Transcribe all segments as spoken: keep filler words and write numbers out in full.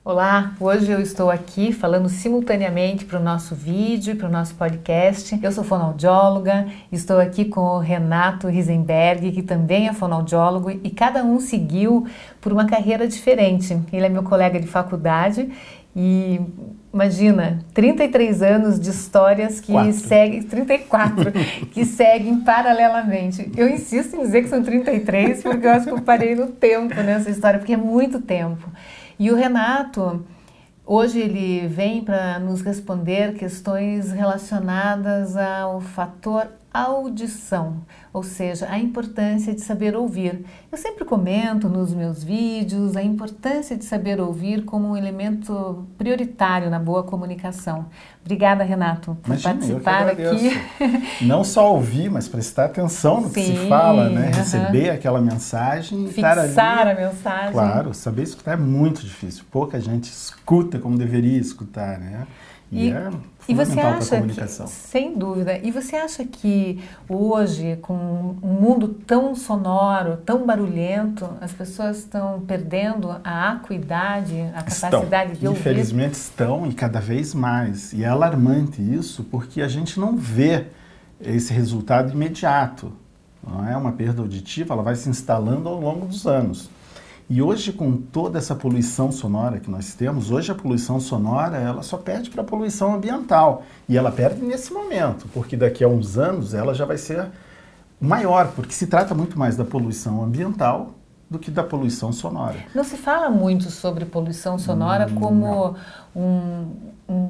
Olá, hoje eu estou aqui falando simultaneamente para o nosso vídeo e para o nosso podcast. Eu sou fonoaudióloga, estou aqui com o Renato Risenberg, que também é fonoaudiólogo, e cada um seguiu por uma carreira diferente. Ele é meu colega de faculdade e, imagina, trinta e três anos de histórias que Quatro. seguem, trinta e quatro, que seguem paralelamente. Eu insisto em dizer que são trinta e três porque eu acho que eu parei no tempo nessa história, porque é muito tempo. E o Renato, hoje ele vem para nos responder questões relacionadas ao fator audição, ou seja, a importância de saber ouvir. Eu sempre comento nos meus vídeos a importância de saber ouvir como um elemento prioritário na boa comunicação. Obrigada, Renato, por Imagina, participar eu que agradeço. aqui. Não só ouvir, mas prestar atenção no Sim, que se fala, né? uh-huh. Receber aquela mensagem, fixar estar ali. a mensagem. Claro, saber escutar é muito difícil. Pouca gente escuta como deveria escutar, né? E, e é e você fundamental para a acha comunicação. que, sem dúvida, e você acha que hoje, com um mundo tão sonoro, tão barulhento, as pessoas estão perdendo a acuidade, a capacidade estão, de ouvir? Infelizmente estão, e cada vez mais. E é alarmante isso, porque a gente não vê esse resultado imediato. Não é uma perda auditiva, ela vai se instalando ao longo dos anos. E hoje, com toda essa poluição sonora que nós temos, hoje a poluição sonora ela só perde para a poluição ambiental. E ela perde nesse momento, porque daqui a uns anos ela já vai ser maior, porque se trata muito mais da poluição ambiental do que da poluição sonora. Não se fala muito sobre poluição sonora hum, como um, um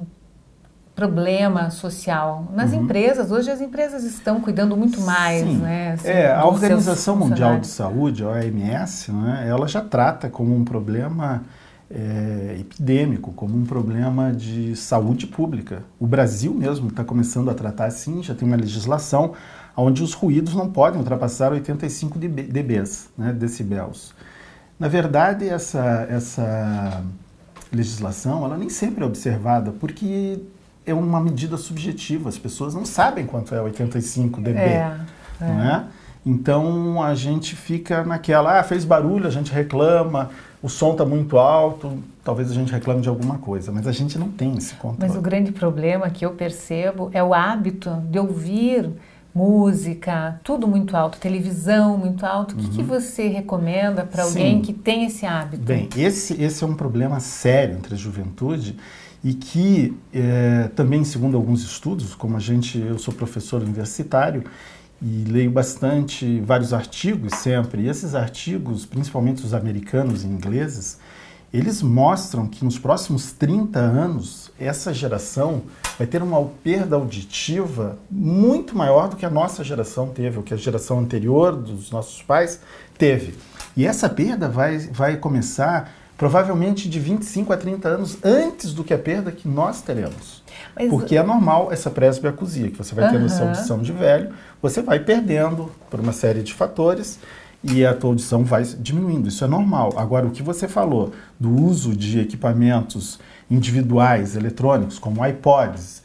problema social. Nas uhum. empresas, hoje as empresas estão cuidando muito mais, Sim. né? Assim, é, a Organização Mundial de Saúde, a O M S, né, ela já trata como um problema é, epidêmico, como um problema de saúde pública. O Brasil mesmo está começando a tratar assim, já tem uma legislação onde os ruídos não podem ultrapassar oitenta e cinco decibéis, né, decibéis. Na verdade, essa, essa legislação ela nem sempre é observada, porque é uma medida subjetiva, as pessoas não sabem quanto é oitenta e cinco decibéis, é, é. não é? Então a gente fica naquela, ah, fez barulho, a gente reclama, o som está muito alto, talvez a gente reclame de alguma coisa, mas a gente não tem esse controle. Mas o grande problema que eu percebo é o hábito de ouvir música, tudo muito alto, televisão muito alto. O que, uhum. que você recomenda para alguém que tem esse hábito? Bem, esse, esse é um problema sério entre a juventude, e que é, também, segundo alguns estudos, como a gente, eu sou professor universitário e leio bastante, vários artigos sempre, e esses artigos, principalmente os americanos e ingleses, eles mostram que nos próximos trinta anos, essa geração vai ter uma perda auditiva muito maior do que a nossa geração teve, ou que a geração anterior dos nossos pais teve. E essa perda vai, vai começar provavelmente de vinte e cinco a trinta anos antes do que a perda que nós teremos. Mas, porque é normal essa presbiacusia, que você vai tendo uh-huh. essa audição de velho, você vai perdendo por uma série de fatores e a tua audição vai diminuindo, isso é normal. Agora, o que você falou do uso de equipamentos individuais, eletrônicos, como iPods,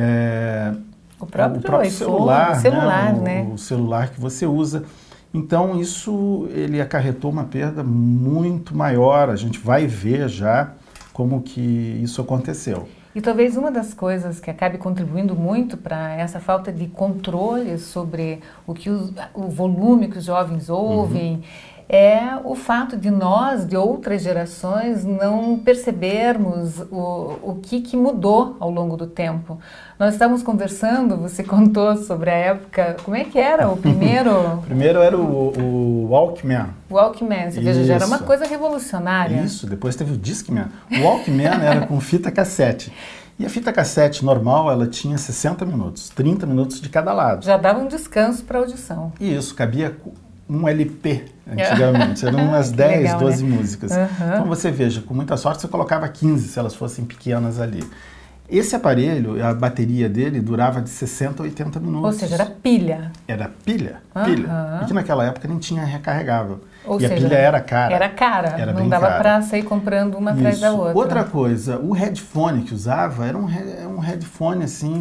é, o próprio, o próprio iPhone, celular, celular né? né? O, o celular que você usa. Então, isso ele acarretou uma perda muito maior. A gente vai ver já como que isso aconteceu. E talvez uma das coisas que acabe contribuindo muito para essa falta de controle sobre o, que os, o volume que os jovens ouvem, uhum. é o fato de nós, de outras gerações, não percebermos o, o que, que mudou ao longo do tempo. Nós estávamos conversando, você contou sobre a época, como é que era o primeiro? O primeiro era o, o Walkman. Walkman, você veja, já era uma coisa revolucionária. Isso, depois teve o Discman. O Walkman era com fita cassete. E a fita cassete normal, ela tinha sessenta minutos, trinta minutos de cada lado. Já dava um descanso para a audição. Isso, cabia um L P antigamente, eram umas dez, legal, doze né? músicas. Uhum. Então você veja, com muita sorte você colocava quinze se elas fossem pequenas ali. Esse aparelho, a bateria dele durava de sessenta a oitenta minutos. Ou seja, era pilha. Era pilha, uhum. pilha. Porque naquela época nem tinha recarregável. Ou e seja, a pilha era cara. Era cara, era não bem dava para sair comprando uma atrás da outra. Outra coisa, o headphone que usava era um, um headphone assim,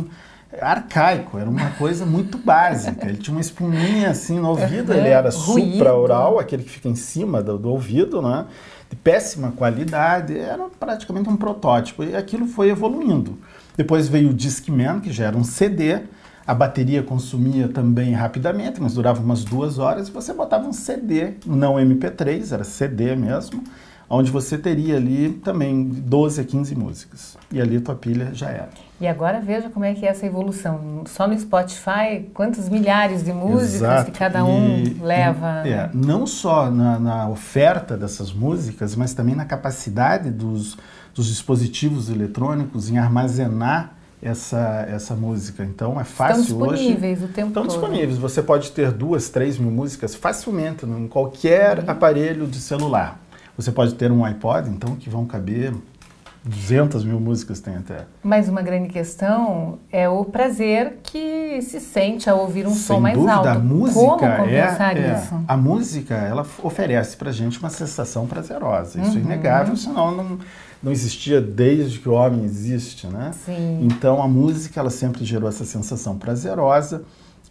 arcaico, era uma coisa muito básica. Ele tinha uma espuminha assim no ouvido, ele era supraoral, aquele que fica em cima do, do ouvido, né? De péssima qualidade, era praticamente um protótipo. E aquilo foi evoluindo. Depois veio o Discman, que já era um C D, a bateria consumia também rapidamente, mas durava umas duas horas, e você botava um C D, não M P três, era C D mesmo, onde você teria ali também doze a quinze músicas. E ali tua pilha já era. E agora veja como é que é essa evolução. Só no Spotify, quantos milhares de músicas Exato. que cada um e, leva. E, é, não só na, na oferta dessas músicas, mas também na capacidade dos, dos dispositivos eletrônicos em armazenar essa, essa música. Então é fácil Estão disponíveis hoje. o tempo Estão todo. disponíveis. Você pode ter duas, três mil músicas facilmente em qualquer uhum. aparelho de celular. Você pode ter um iPod, então, que vão caber duzentas mil músicas tem até. Mas uma grande questão é o prazer que se sente ao ouvir um Sem som mais dúvida, alto. A música Como compensar é, é, isso? A música, ela oferece pra gente uma sensação prazerosa. Isso uhum. é inegável, senão não, não existia desde que o homem existe, né? Sim. Então a música, ela sempre gerou essa sensação prazerosa.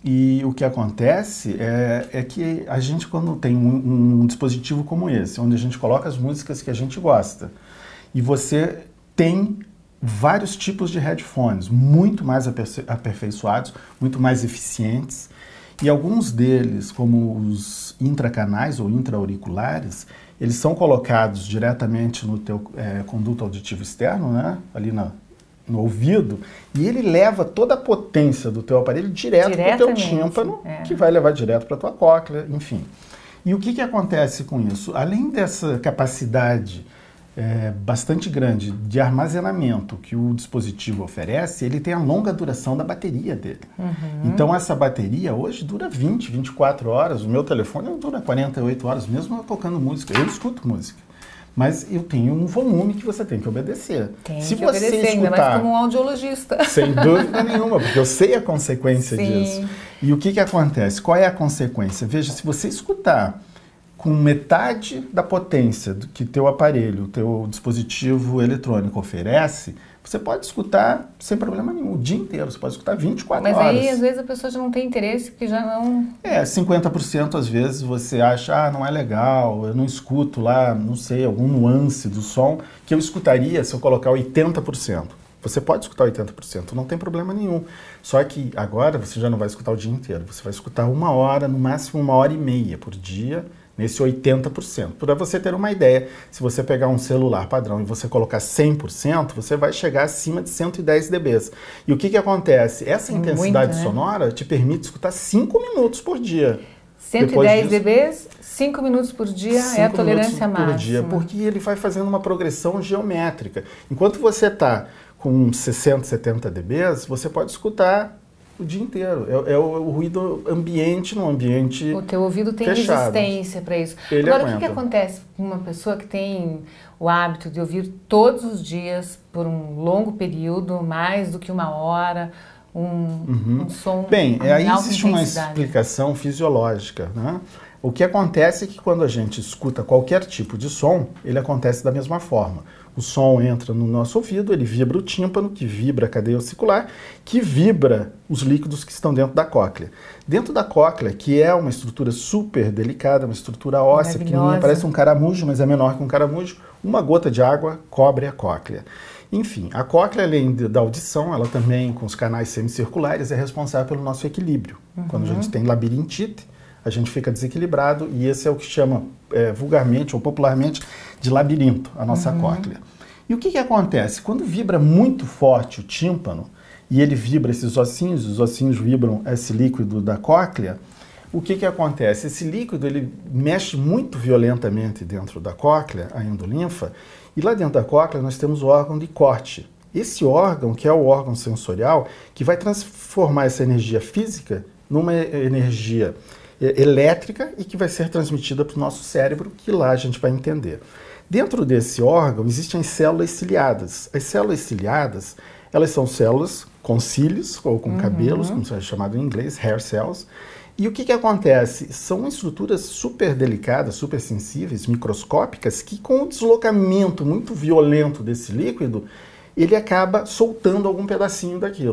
E o que acontece é, é que a gente, quando tem um, um dispositivo como esse, onde a gente coloca as músicas que a gente gosta, e você tem vários tipos de headphones, muito mais aperfei- aperfeiçoados, muito mais eficientes, e alguns deles, como os intracanais ou intra-auriculares, eles são colocados diretamente no teu é, conduto auditivo externo, né? Ali na no ouvido, e ele leva toda a potência do teu aparelho direto para o teu tímpano, é. que vai levar direto para a tua cóclea, enfim. E o que, que acontece com isso? Além dessa capacidade é, bastante grande de armazenamento que o dispositivo oferece, ele tem a longa duração da bateria dele. Uhum. Então essa bateria hoje dura vinte, vinte e quatro horas, o meu telefone dura quarenta e oito horas, mesmo eu tocando música, eu escuto música. Mas eu tenho um volume que você tem que obedecer. Tem Se que você obedecer, escutar, ainda mais como um audiologista. Sem dúvida nenhuma, porque eu sei a consequência Sim. disso. E o que, que acontece? Qual é a consequência? Veja, se você escutar com metade da potência do que teu aparelho, teu dispositivo eletrônico oferece, você pode escutar sem problema nenhum, o dia inteiro, você pode escutar vinte e quatro Mas horas. Mas aí, às vezes, a pessoa já não tem interesse, porque já não... É, cinquenta por cento às vezes você acha, ah, não é legal, eu não escuto lá, não sei, algum nuance do som que eu escutaria se eu colocar oitenta por cento. Você pode escutar oitenta por cento, não tem problema nenhum. Só que agora você já não vai escutar o dia inteiro, você vai escutar uma hora, no máximo uma hora e meia por dia, nesse oitenta por cento. Para você ter uma ideia, se você pegar um celular padrão e você colocar cem por cento, você vai chegar acima de cento e dez decibéis. E o que, que acontece? Essa intensidade Muito, né? sonora te permite escutar cinco minutos por dia. cento e dez decibéis, cinco minutos por dia é a tolerância máxima. Por dia, porque ele vai fazendo uma progressão geométrica. Enquanto você está com sessenta, setenta decibéis, você pode escutar o dia inteiro. É, é o, o ruído ambiente num ambiente O teu ouvido tem fechado. Resistência para isso. Ele Agora, aguenta. o que, que acontece com uma pessoa que tem o hábito de ouvir todos os dias, por um longo período, mais do que uma hora, um, uhum. um som Bem, em aí alta existe uma intensidade? explicação fisiológica, né? O que acontece é que quando a gente escuta qualquer tipo de som, ele acontece da mesma forma. O som entra no nosso ouvido, ele vibra o tímpano, que vibra a cadeia ossicular, que vibra os líquidos que estão dentro da cóclea. Dentro da cóclea, que é uma estrutura super delicada, uma estrutura óssea, pequenininha, parece um caramujo, mas é menor que um caramujo, uma gota de água cobre a cóclea. Enfim, a cóclea, além da audição, ela também, com os canais semicirculares, é responsável pelo nosso equilíbrio. Uhum. Quando a gente tem labirintite, a gente fica desequilibrado e esse é o que chama é, vulgarmente ou popularmente de labirinto, a nossa uhum. cóclea. E o que, que acontece? Quando vibra muito forte o tímpano e ele vibra esses ossinhos, os ossinhos vibram esse líquido da cóclea, o que, que acontece? Esse líquido ele mexe muito violentamente dentro da cóclea, a endolinfa, e lá dentro da cóclea nós temos o órgão de corte. Esse órgão, que é o órgão sensorial, que vai transformar essa energia física numa energia elétrica e que vai ser transmitida para o nosso cérebro, que lá a gente vai entender. Dentro desse órgão existem as células ciliadas. As células ciliadas, elas são células com cílios ou com uhum. cabelos, como é chamado em inglês, hair cells. E o que, que acontece? São estruturas super delicadas, super sensíveis, microscópicas, que com o deslocamento muito violento desse líquido, ele acaba soltando algum pedacinho daquilo.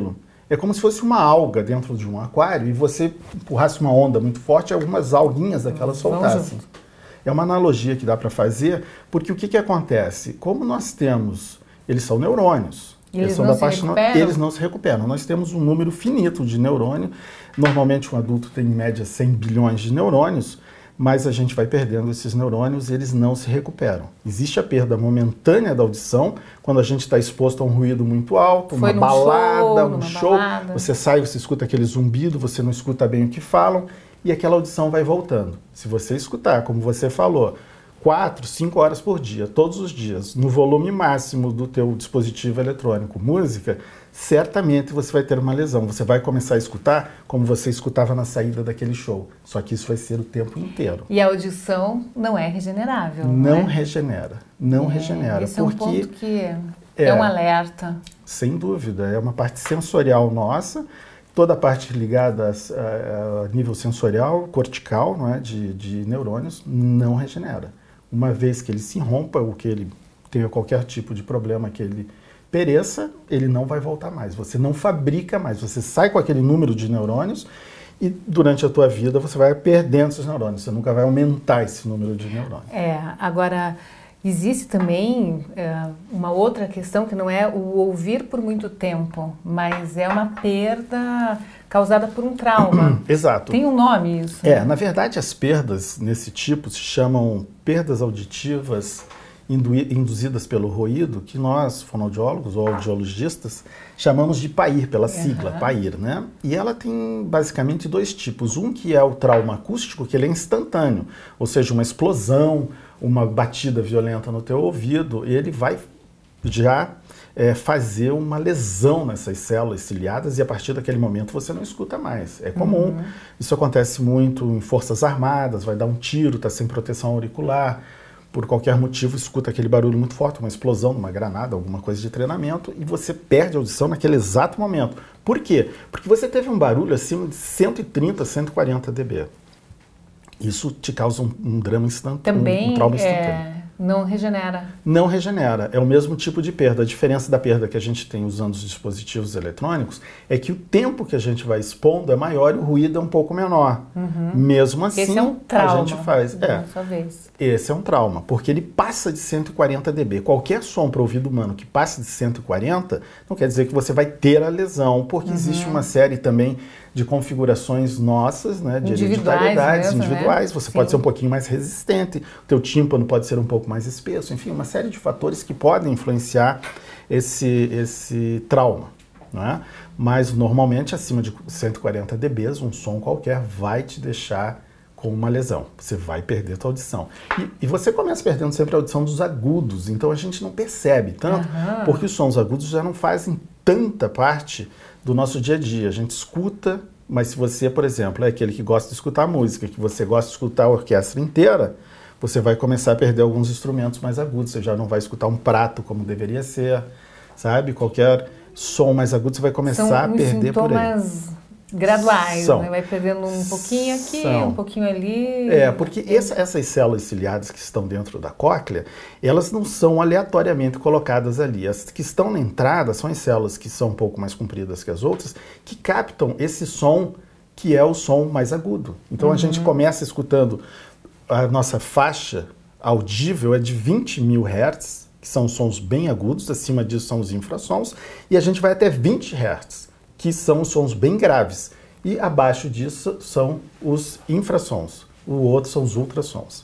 É como se fosse uma alga dentro de um aquário e você empurrasse uma onda muito forte e algumas alguinhas daquelas soltassem. É uma analogia que dá para fazer, porque o que, que acontece? Como nós temos, eles são neurônios, eles, eles, são não da parte, recuperam? eles não se recuperam. Nós temos um número finito de neurônio, normalmente um adulto tem em média cem bilhões de neurônios, mas a gente vai perdendo esses neurônios e eles não se recuperam. Existe a perda momentânea da audição, quando a gente está exposto a um ruído muito alto, Foi uma balada, show, um show, balada. Você sai, você escuta aquele zumbido, você não escuta bem o que falam, e aquela audição vai voltando. Se você escutar, como você falou, quatro, cinco horas por dia, todos os dias, no volume máximo do teu dispositivo eletrônico, música, certamente você vai ter uma lesão. Você vai começar a escutar como você escutava na saída daquele show. Só que isso vai ser o tempo inteiro. E a audição não é regenerável, Não, não é? regenera. Não é, regenera. Esse é um porque ponto que é, é um alerta. Sem dúvida. É uma parte sensorial nossa. Toda a parte ligada a, a nível sensorial, cortical, não é? de, de neurônios, não regenera. Uma vez que ele se rompa, ou que ele tenha qualquer tipo de problema, que ele pereça, ele não vai voltar mais. Você não fabrica mais. Você sai com aquele número de neurônios e durante a tua vida você vai perdendo esses neurônios. Você nunca vai aumentar esse número de neurônios. É, agora existe também é, uma outra questão que não é o ouvir por muito tempo, mas é uma perda causada por um trauma. Exato. Tem um nome isso? É, né? na verdade as perdas nesse tipo se chamam perdas auditivas induzidas pelo ruído, que nós, fonoaudiólogos ou audiologistas, chamamos de PAIR, pela sigla, uhum. PAIR, né? E ela tem basicamente dois tipos. Um que é o trauma acústico, que ele é instantâneo, ou seja, uma explosão, uma batida violenta no teu ouvido, ele vai já é, fazer uma lesão nessas células ciliadas e a partir daquele momento você não escuta mais. É comum, uhum. Isso acontece muito em forças armadas, vai dar um tiro, está sem proteção auricular, por qualquer motivo escuta aquele barulho muito forte, uma explosão, uma granada, alguma coisa de treinamento, e você perde a audição naquele exato momento. Por quê? Porque você teve um barulho acima de cento e trinta, cento e quarenta decibéis. Isso te causa um, um drama instantâneo, Também um, um trauma instantâneo. É, não regenera. Não regenera. É o mesmo tipo de perda. A diferença da perda que a gente tem usando os dispositivos eletrônicos é que o tempo que a gente vai expondo é maior e o ruído é um pouco menor. Uhum. Mesmo assim, esse é um trauma, a gente faz. É, sua vez. Esse é um trauma, porque ele passa de cento e quarenta decibéis. Qualquer som para o ouvido humano que passe de cento e quarenta não quer dizer que você vai ter a lesão, porque uhum. existe uma série também de configurações nossas, né, de hereditariedades mesmo, individuais. Né? Você Sim. pode ser um pouquinho mais resistente, o teu tímpano pode ser um pouco mais espesso, enfim, uma série de fatores que podem influenciar esse, esse trauma. Não é? Mas normalmente acima de cento e quarenta decibéis, um som qualquer vai te deixar com uma lesão. Você vai perder a tua audição. E, e você começa perdendo sempre a audição dos agudos, então a gente não percebe tanto, uhum. porque os sons agudos já não fazem tanta parte do nosso dia a dia. A gente escuta, mas se você, por exemplo, é aquele que gosta de escutar música, que você gosta de escutar a orquestra inteira, você vai começar a perder alguns instrumentos mais agudos. Você já não vai escutar um prato como deveria ser, sabe? Qualquer som mais agudo você vai começar São a perder por aí. Graduais, São. né? Vai perdendo um pouquinho aqui, São. um pouquinho ali. É, porque essa, essas células ciliadas que estão dentro da cóclea, elas não são aleatoriamente colocadas ali. As que estão na entrada são as células que são um pouco mais compridas que as outras, que captam esse som que é o som mais agudo. Então uhum. a gente começa escutando, a nossa faixa audível é de vinte mil hertz, que são sons bem agudos, acima disso são os infrassons, e a gente vai até vinte hertz. Que são os sons bem graves, e abaixo disso são os infrassons, o outro são os ultrassons.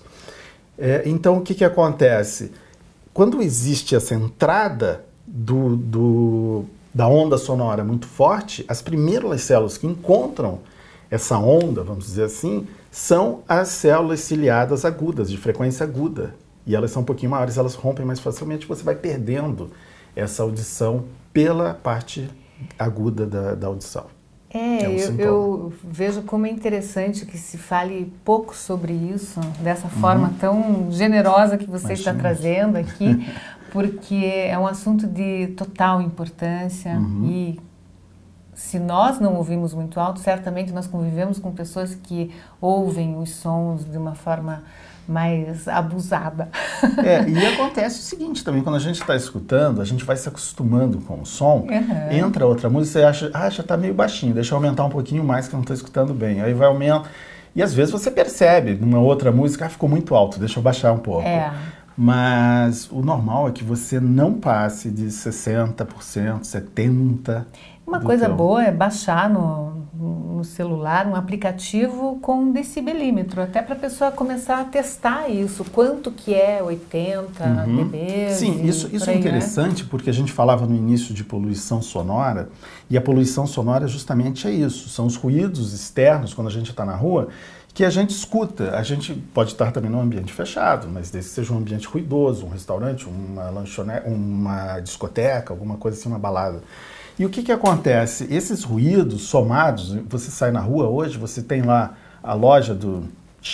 É, então, o que, que acontece? Quando existe essa entrada do, do, da onda sonora muito forte, as primeiras células que encontram essa onda, vamos dizer assim, são as células ciliadas agudas, de frequência aguda, e elas são um pouquinho maiores, elas rompem mais facilmente, você vai perdendo essa audição pela parte aguda da, da audição. É, é um eu, eu vejo como é interessante que se fale pouco sobre isso, dessa forma uhum. tão generosa que você Imagina. Está trazendo aqui, porque é um assunto de total importância uhum. e se nós não ouvimos muito alto, certamente nós convivemos com pessoas que ouvem os sons de uma forma mais abusada. É, e acontece o seguinte também, quando a gente está escutando, a gente vai se acostumando com o som, uhum. entra outra música, você acha, ah, já está meio baixinho, deixa eu aumentar um pouquinho mais que eu não estou escutando bem. Aí vai aumentar, e às vezes você percebe, numa outra música, ah, ficou muito alto, deixa eu baixar um pouco. É. Mas o normal é que você não passe de sessenta por cento, setenta por cento. Uma coisa teu... boa é baixar no, no celular um aplicativo com um decibelímetro, até para a pessoa começar a testar isso, quanto que é oitenta uhum. decibéis. Sim, isso, isso é interessante, né? Porque a gente falava no início de poluição sonora, e a poluição sonora justamente é isso, são os ruídos externos quando a gente está na rua, que a gente escuta. A gente pode estar também num ambiente fechado, mas desde que seja um ambiente ruidoso, um restaurante, uma lanchonete, uma discoteca, alguma coisa assim, uma balada. E o que que acontece? Esses ruídos somados, você sai na rua hoje, você tem lá a loja do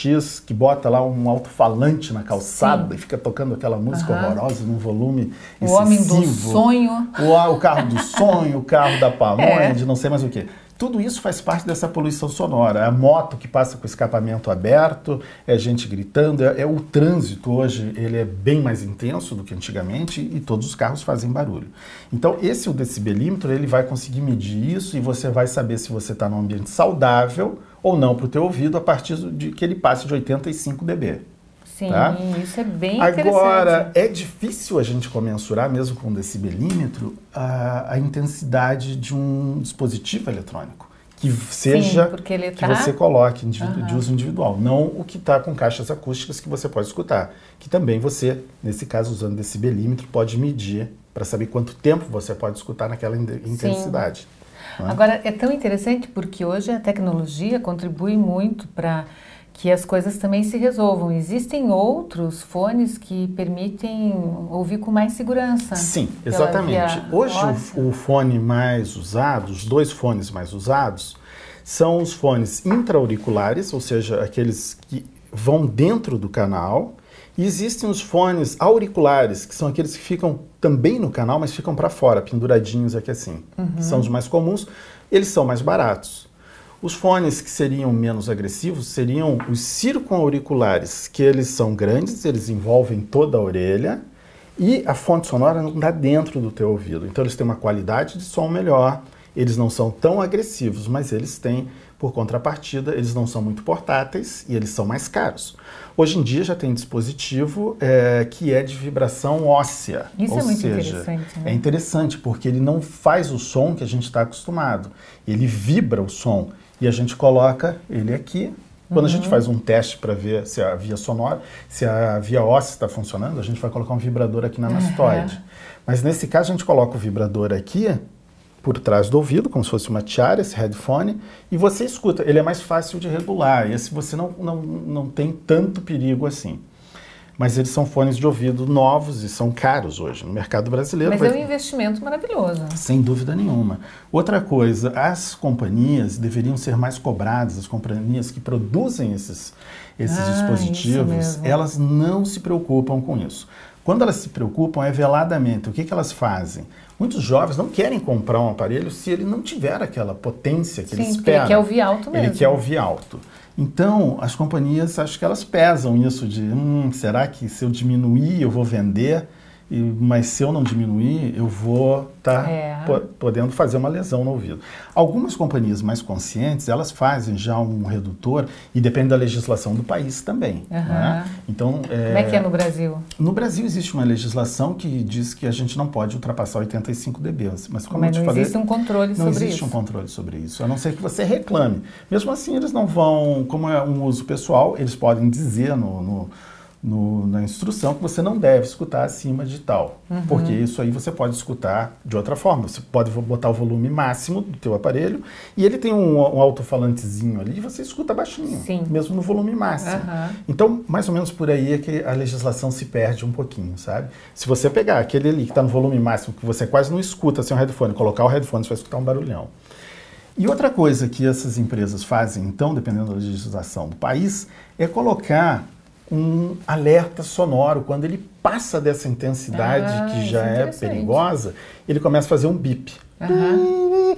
X que bota lá um alto-falante na calçada, sim, e fica tocando aquela música uhum. horrorosa num volume o excessivo. O homem do sonho. O, o carro do sonho, o carro da pamonha, é. de não sei mais o quê. Tudo isso faz parte dessa poluição sonora. A moto que passa com o escapamento aberto, é gente gritando, é, é o trânsito hoje, ele é bem mais intenso do que antigamente e todos os carros fazem barulho. Então esse o decibelímetro, ele vai conseguir medir isso e você vai saber se você está num ambiente saudável ou não para o teu ouvido a partir de que ele passe de oitenta e cinco decibéis. Sim, tá? Isso é bem interessante. Agora, é difícil a gente comensurar, mesmo com um decibelímetro, a, a intensidade de um dispositivo eletrônico. Que seja Sim, porque ele que tá... você coloque individu- uhum. de uso individual. Não o que está com caixas acústicas que você pode escutar. Que também você, nesse caso, usando decibelímetro, pode medir para saber quanto tempo você pode escutar naquela intensidade. Né? Agora, é tão interessante porque hoje a tecnologia contribui muito para que as coisas também se resolvam. Existem outros fones que permitem ouvir com mais segurança. Sim, exatamente. Hoje o, o fone mais usado, os dois fones mais usados, são os fones intra-auriculares, ou seja, aqueles que vão dentro do canal, e existem os fones auriculares, que são aqueles que ficam também no canal, mas ficam para fora, penduradinhos aqui assim. Uhum. São os mais comuns, eles são mais baratos. Os fones que seriam menos agressivos seriam os circunauriculares, que eles são grandes, eles envolvem toda a orelha e a fonte sonora não está dentro do teu ouvido. Então eles têm uma qualidade de som melhor, eles não são tão agressivos, mas eles têm, por contrapartida, eles não são muito portáteis e eles são mais caros. Hoje em dia já tem dispositivo é, que é de vibração óssea. Isso ou é muito seja, interessante. Né? É interessante porque ele não faz o som que a gente está acostumado, ele vibra o som. E a gente coloca ele aqui. Quando uhum. a gente faz um teste para ver se a via sonora, se a via óssea está funcionando, a gente vai colocar um vibrador aqui na mastoide. Uhum. Mas nesse caso a gente coloca o vibrador aqui, por trás do ouvido, como se fosse uma tiara, esse headphone, e você escuta. Ele é mais fácil de regular, esse você não, não, não tem tanto perigo assim. Mas eles são fones de ouvido novos e são caros hoje no mercado brasileiro. Mas vai... é um investimento maravilhoso. Sem dúvida nenhuma. Outra coisa, as companhias deveriam ser mais cobradas, as companhias que produzem esses, esses ah, dispositivos, elas não se preocupam com isso. Quando elas se preocupam é veladamente. O que, que elas fazem? Muitos jovens não querem comprar um aparelho se ele não tiver aquela potência que Sim, ele espera. Ele quer ouvir alto mesmo. Ele quer ouvir alto. Então, as companhias, acho que elas pesam isso de, hum, será que se eu diminuir eu vou vender? E, mas se eu não diminuir, eu vou estar tá é. po podendo fazer uma lesão no ouvido. Algumas companhias mais conscientes, elas fazem já um redutor e depende da legislação do país também. Uhum. Né? Então, é... Como é que é no Brasil? No Brasil existe uma legislação que diz que a gente não pode ultrapassar oitenta e cinco decibéis. Mas como mas eu te não falei, existe um controle sobre isso. Não existe um controle sobre isso, a não ser que você reclame. Mesmo assim, eles não vão, como é um uso pessoal, eles podem dizer no... no No, na instrução que você não deve escutar acima de tal, uhum. porque isso aí você pode escutar de outra forma. Você pode botar o volume máximo do teu aparelho e ele tem um, um alto-falantezinho ali e você escuta baixinho, Sim. mesmo no volume máximo. Uhum. Então, mais ou menos por aí é que a legislação se perde um pouquinho, sabe? Se você pegar aquele ali que está no volume máximo, que você quase não escuta sem um headphone, colocar o headphone, você vai escutar um barulhão. E outra coisa que essas empresas fazem, então, dependendo da legislação do país, é colocar um alerta sonoro. Quando ele passa dessa intensidade, ah, que já é, é perigosa, ele começa a fazer um bip. Uhum.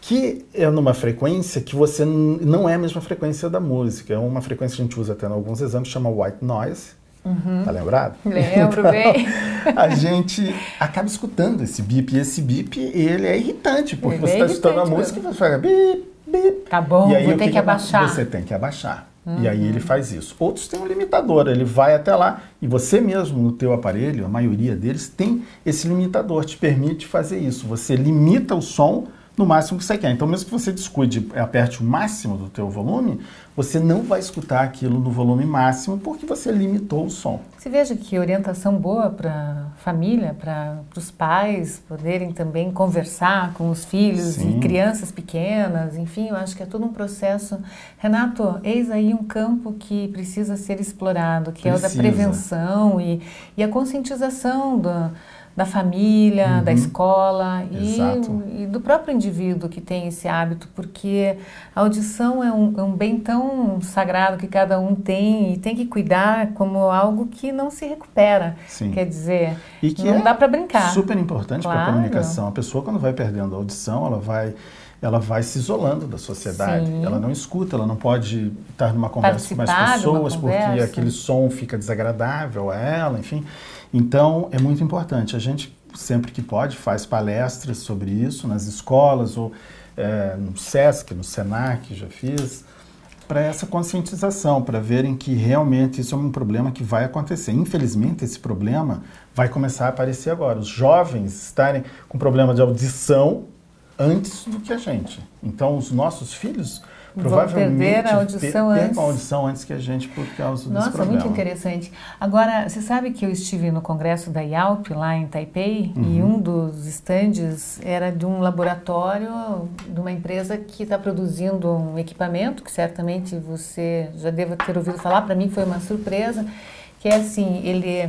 que é numa frequência que você não é a mesma frequência da música. É uma frequência que a gente usa até em alguns exames, chama white noise. Uhum. Tá lembrado? Lembro então, bem. A gente acaba escutando esse bip, e esse bip, ele é irritante, porque ele você está é escutando a música e você fala bip, bip. Tá bom, e aí, vou ter que, que abaixar. Você tem que abaixar. Uhum. E aí ele faz isso. Outros têm um limitador, ele vai até lá e você mesmo no teu aparelho, a maioria deles tem esse limitador, te permite fazer isso. Você limita o som no máximo que você quer. Então, mesmo que você descuide e aperte o máximo do teu volume, você não vai escutar aquilo no volume máximo porque você limitou o som. Você veja que orientação boa para a família, para os pais poderem também conversar com os filhos Sim. e crianças pequenas, enfim, eu acho que é todo um processo. Renato, eis aí um campo que precisa ser explorado, que precisa. é o da prevenção e, e a conscientização do da família, uhum. da escola e, e do próprio indivíduo que tem esse hábito, porque a audição é um, é um bem tão sagrado que cada um tem e tem que cuidar como algo que não se recupera. Sim. Quer dizer, e que não é dá para brincar. Super importante claro. para a comunicação. A pessoa, quando vai perdendo a audição, ela vai... ela vai se isolando da sociedade, Sim. ela não escuta, ela não pode estar numa conversa Participar com mais pessoas, porque conversa. aquele som fica desagradável a ela, enfim. Então, é muito importante. A gente, sempre que pode, faz palestras sobre isso nas escolas, ou é, no SESC, no SENAC, já fiz, para essa conscientização, para verem que realmente isso é um problema que vai acontecer. Infelizmente, esse problema vai começar a aparecer agora. Os jovens estarem com problema de audição antes do que a gente. Então, os nossos filhos provavelmente perder a audição per antes. a audição antes que a gente por causa Nossa, desse problema. Muito interessante. Agora, você sabe que eu estive no congresso da I A L P lá em Taipei uhum. e um dos estandes era de um laboratório de uma empresa que está produzindo um equipamento que certamente você já deva ter ouvido falar, para mim foi uma surpresa, que é assim, ele,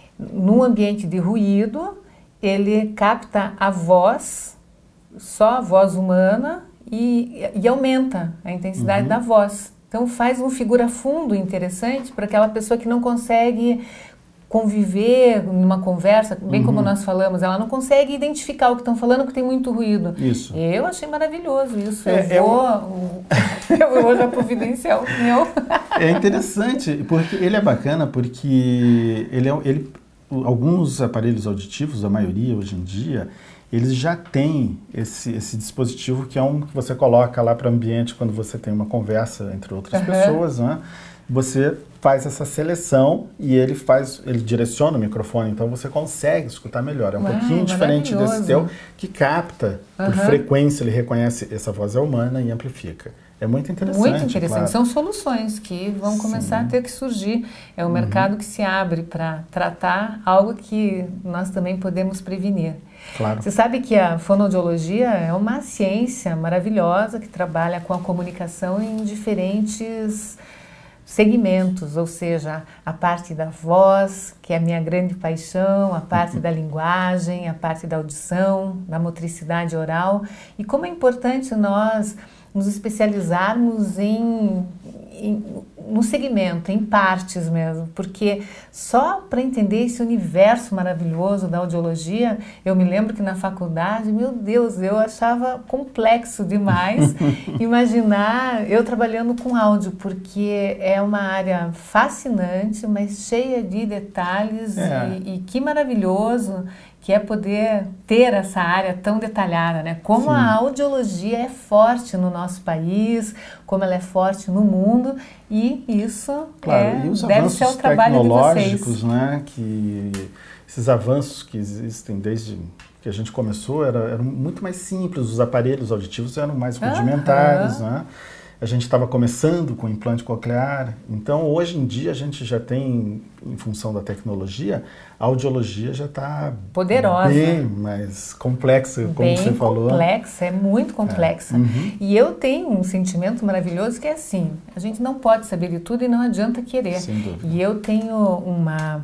num ambiente de ruído, ele capta a voz, só a voz humana, E, e aumenta a intensidade uhum. da voz. Então faz um figura-fundo interessante para aquela pessoa que não consegue conviver numa conversa, bem uhum. como nós falamos, ela não consegue identificar o que estão falando porque tem muito ruído. Isso. Eu achei maravilhoso isso. É, eu, vou, eu, eu vou já providenciar o meu. É interessante, porque ele é bacana porque ele é, ele, alguns aparelhos auditivos, a maioria hoje em dia, eles já têm esse, esse dispositivo que é um que você coloca lá para o ambiente quando você tem uma conversa entre outras uhum. pessoas, né? Você faz essa seleção e ele faz, ele direciona o microfone, então você consegue escutar melhor. É um Uau, pouquinho diferente desse teu, que capta, uhum. por frequência ele reconhece essa voz é humana e amplifica. É muito interessante. Muito interessante. Claro. São soluções que vão começar Sim. a ter que surgir. É um uhum. mercado que se abre para tratar algo que nós também podemos prevenir. Claro. Você sabe que a fonoaudiologia é uma ciência maravilhosa que trabalha com a comunicação em diferentes segmentos, ou seja, a parte da voz, que é a minha grande paixão, a parte uhum. da linguagem, a parte da audição, da motricidade oral. E como é importante nós nos especializarmos em, em, no segmento, em partes mesmo, porque só para entender esse universo maravilhoso da audiologia, eu me lembro que na faculdade, meu Deus, eu achava complexo demais imaginar eu trabalhando com áudio, porque é uma área fascinante, mas cheia de detalhes é. e, e que maravilhoso que é poder ter essa área tão detalhada, né? Como Sim. a audiologia é forte no nosso país, como ela é forte no mundo, e isso claro, é, e os deve ser o trabalho de vocês. Né? Que esses avanços que existem desde que a gente começou eram era muito mais simples, os aparelhos auditivos eram mais rudimentares, uh-huh. né? A gente estava começando com implante coclear, então hoje em dia a gente já tem, em função da tecnologia, a audiologia já está poderosa, bem mais complexa, como bem você falou. complexa, é muito complexa. É. Uhum. E eu tenho um sentimento maravilhoso que é assim, a gente não pode saber de tudo e não adianta querer. Sem dúvida. E eu tenho uma...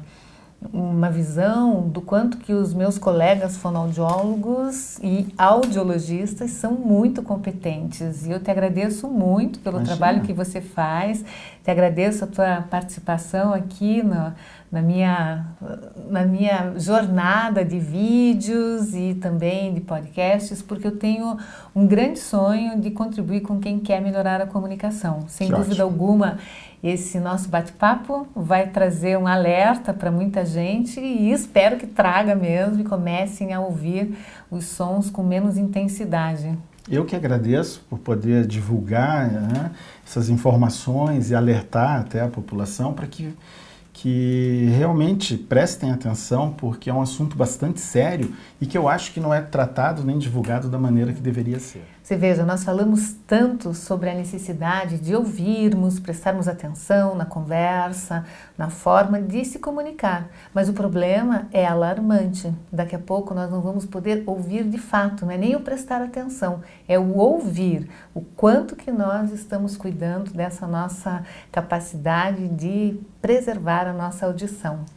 uma visão do quanto que os meus colegas fonoaudiólogos e audiologistas são muito competentes. E eu te agradeço muito pelo Imagina. trabalho que você faz, te agradeço a tua participação aqui no, na minha, na minha jornada de vídeos e também de podcasts, porque eu tenho um grande sonho de contribuir com quem quer melhorar a comunicação. Sem Que dúvida ótimo. alguma, esse nosso bate-papo vai trazer um alerta para muita gente e espero que traga mesmo e comecem a ouvir os sons com menos intensidade. Eu que agradeço por poder divulgar, né, essas informações e alertar até a população para que, que realmente prestem atenção, porque é um assunto bastante sério e que eu acho que não é tratado nem divulgado da maneira que deveria ser. Você veja, nós falamos tanto sobre a necessidade de ouvirmos, prestarmos atenção na conversa, na forma de se comunicar, mas o problema é alarmante. Daqui a pouco nós não vamos poder ouvir de fato, não é nem o prestar atenção, é o ouvir, o quanto que nós estamos cuidando dessa nossa capacidade de preservar a nossa audição.